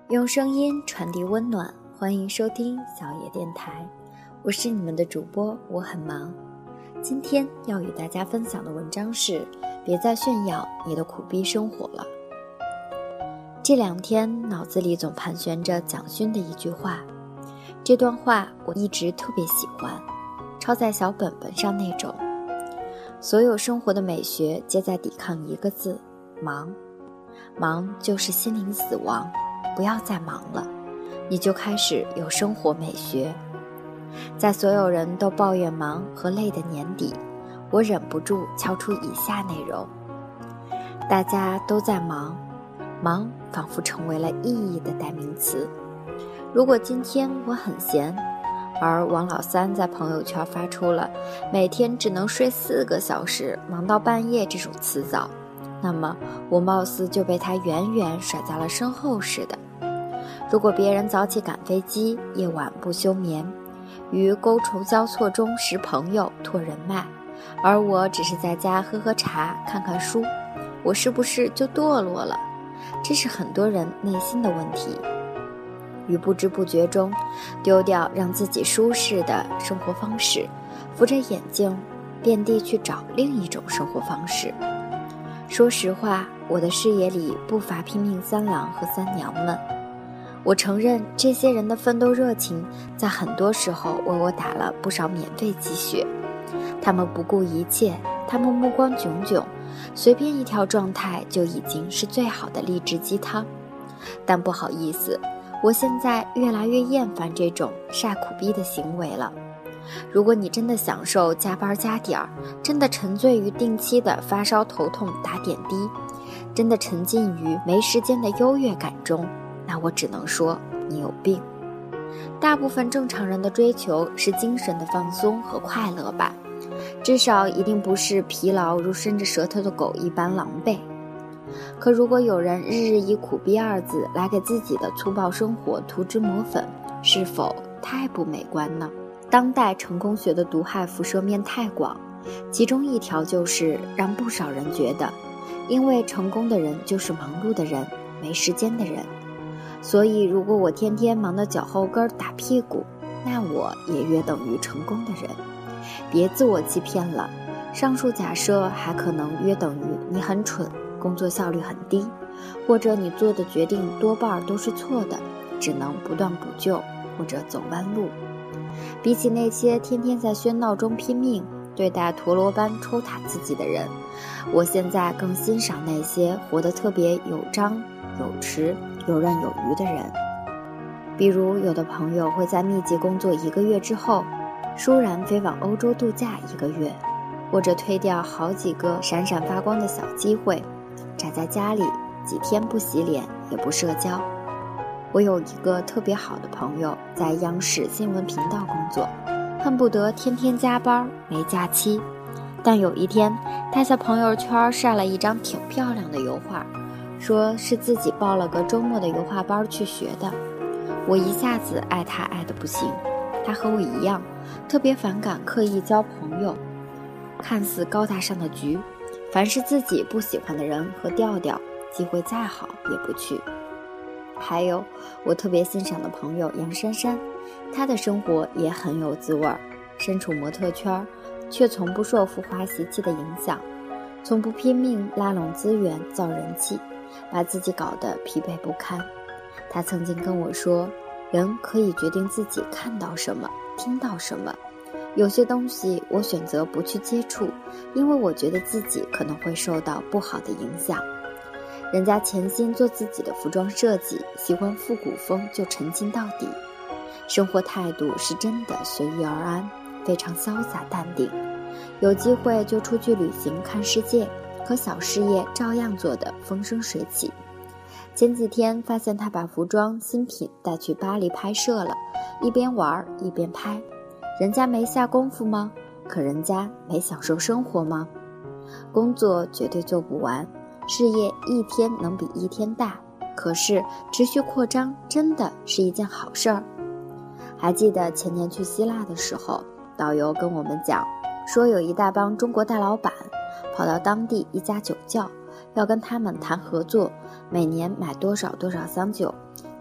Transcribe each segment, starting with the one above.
用声音传递温暖，欢迎收听小野电台，我是你们的主播，我很忙。今天要与大家分享的文章是别再炫耀你的苦逼生活了。这2天脑子里总盘旋着蒋勋的一句话，这段话我一直特别喜欢，抄在小本本上那种。所有生活的美学皆在抵抗一个字，忙。忙就是心灵死亡，不要再忙了，你就开始有生活美学。在所有人都抱怨忙和累的年底，我忍不住敲出以下内容。大家都在忙，忙仿佛成为了意义的代名词。如果今天我很闲，而王老三在朋友圈发出了每天只能睡4个小时，忙到半夜这种辞藻，那么我貌似就被他远远甩在了身后似的。如果别人早起赶飞机，夜晚不休眠，于觥筹交错中识朋友拓人脉，而我只是在家喝喝茶看看书，我是不是就堕落了？这是很多人内心的问题。于不知不觉中丢掉让自己舒适的生活方式，扶着眼镜遍地去找另一种生活方式。说实话，我的视野里不乏拼命三郎和三娘们。我承认这些人的奋斗热情在很多时候为我打了不少免费鸡血。他们不顾一切，他们目光炯炯，随便一条状态就已经是最好的励志鸡汤。但不好意思，我现在越来越厌烦这种晒苦逼的行为了。如果你真的享受加班加点儿，真的沉醉于定期的发烧头痛打点滴，真的沉浸于没时间的优越感中，那我只能说你有病。大部分正常人的追求是精神的放松和快乐吧，至少一定不是疲劳如伸着舌头的狗一般狼狈。可如果有人日日以苦逼2字来给自己的粗暴生活涂脂抹粉，是否太不美观呢？当代成功学的毒害辐射面太广，其中一条就是让不少人觉得，因为成功的人就是忙碌的人，没时间的人。所以如果我天天忙得脚后跟打屁股，那我也约等于成功的人。别自我欺骗了，上述假设还可能约等于你很蠢，工作效率很低，或者你做的决定多半都是错的，只能不断补救或者走弯路。比起那些天天在喧闹中拼命对待陀螺般抽打自己的人，我现在更欣赏那些活得特别有章有弛游刃有余的人。比如有的朋友会在密集工作1个月之后倏然飞往欧洲度假1个月，或者推掉好几个闪闪发光的小机会，宅在家里几天不洗脸也不社交。我有一个特别好的朋友在央视新闻频道工作，恨不得天天加班没假期，但有一天他在朋友圈晒了一张挺漂亮的油画，说是自己报了个周末的油画班去学的。我一下子爱他爱得不行。他和我一样特别反感刻意交朋友，看似高大上的局，凡是自己不喜欢的人和调调，机会再好也不去。还有我特别欣赏的朋友杨珊珊，她的生活也很有滋味，身处模特圈，却从不受浮华习气的影响，从不拼命拉拢资源造人气，把自己搞得疲惫不堪。她曾经跟我说，人可以决定自己看到什么听到什么，有些东西我选择不去接触，因为我觉得自己可能会受到不好的影响。人家潜心做自己的服装设计，喜欢复古风就沉浸到底，生活态度是真的随遇而安，非常潇洒淡定，有机会就出去旅行看世界，可小事业照样做得风生水起。前几天发现他把服装新品带去巴黎拍摄了，一边玩一边拍。人家没下功夫吗？可人家没享受生活吗？工作绝对做不完，事业一天能比一天大，可是持续扩张真的是一件好事儿。还记得前年去希腊的时候，导游跟我们讲，说有一大帮中国大老板跑到当地一家酒窖，要跟他们谈合作，每年买多少多少箱酒，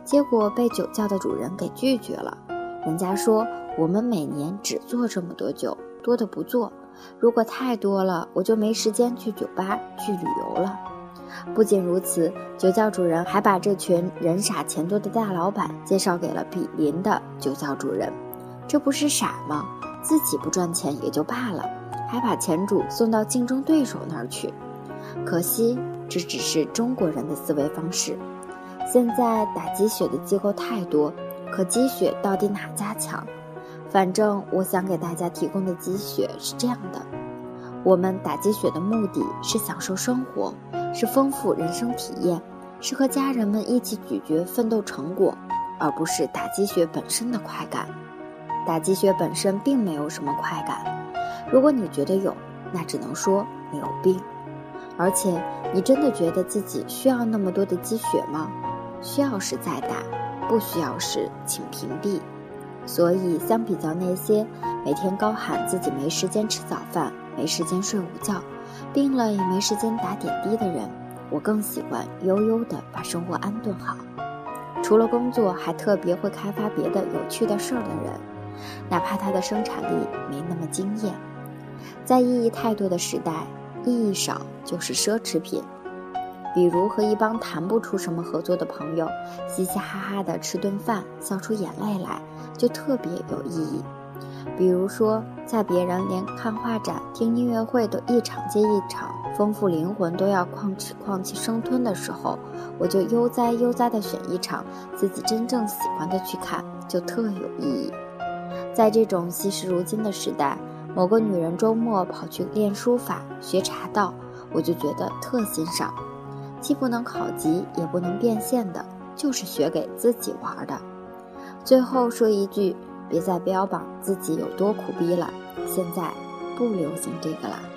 结果被酒窖的主人给拒绝了。人家说我们每年只做这么多酒，多的不做，如果太多了，我就没时间去酒吧去旅游了。不仅如此，酒窖主人还把这群人傻钱多的大老板介绍给了毗邻的酒窖主人，这不是傻吗？自己不赚钱也就罢了，还把钱主送到竞争对手那儿去。可惜这只是中国人的思维方式。现在打鸡血的机构太多，可鸡血到底哪家强？反正我想给大家提供的鸡血是这样的：我们打鸡血的目的是享受生活，是丰富人生体验，是和家人们一起咀嚼奋斗成果，而不是打鸡血本身的快感。打鸡血本身并没有什么快感，如果你觉得有，那只能说你有病。而且你真的觉得自己需要那么多的鸡血吗？需要时再打，不需要时请屏蔽。所以相比较那些每天高喊自己没时间吃早饭，没时间睡午觉，病了也没时间打点滴的人，我更喜欢悠悠地把生活安顿好。除了工作，还特别会开发别的有趣的事儿的人，哪怕他的生产力没那么惊艳。在意义太多的时代，意义少就是奢侈品。比如和一帮谈不出什么合作的朋友嘻嘻哈哈地吃顿饭，笑出眼泪来，就特别有意义。比如说在别人连看画展听音乐会都一场接一场，丰富灵魂都要旷气生吞的时候，我就悠哉地选一场自己真正喜欢的去看，就特有意义。在这种惜时如金的时代，某个女人周末跑去练书法学茶道，我就觉得特欣赏。既不能考级也不能变现的，就是学给自己玩的。最后说一句，别再标榜自己有多苦逼了，现在不流行这个啦。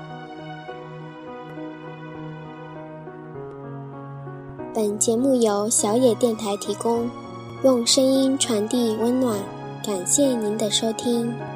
本节目由小野电台提供，用声音传递温暖，感谢您的收听。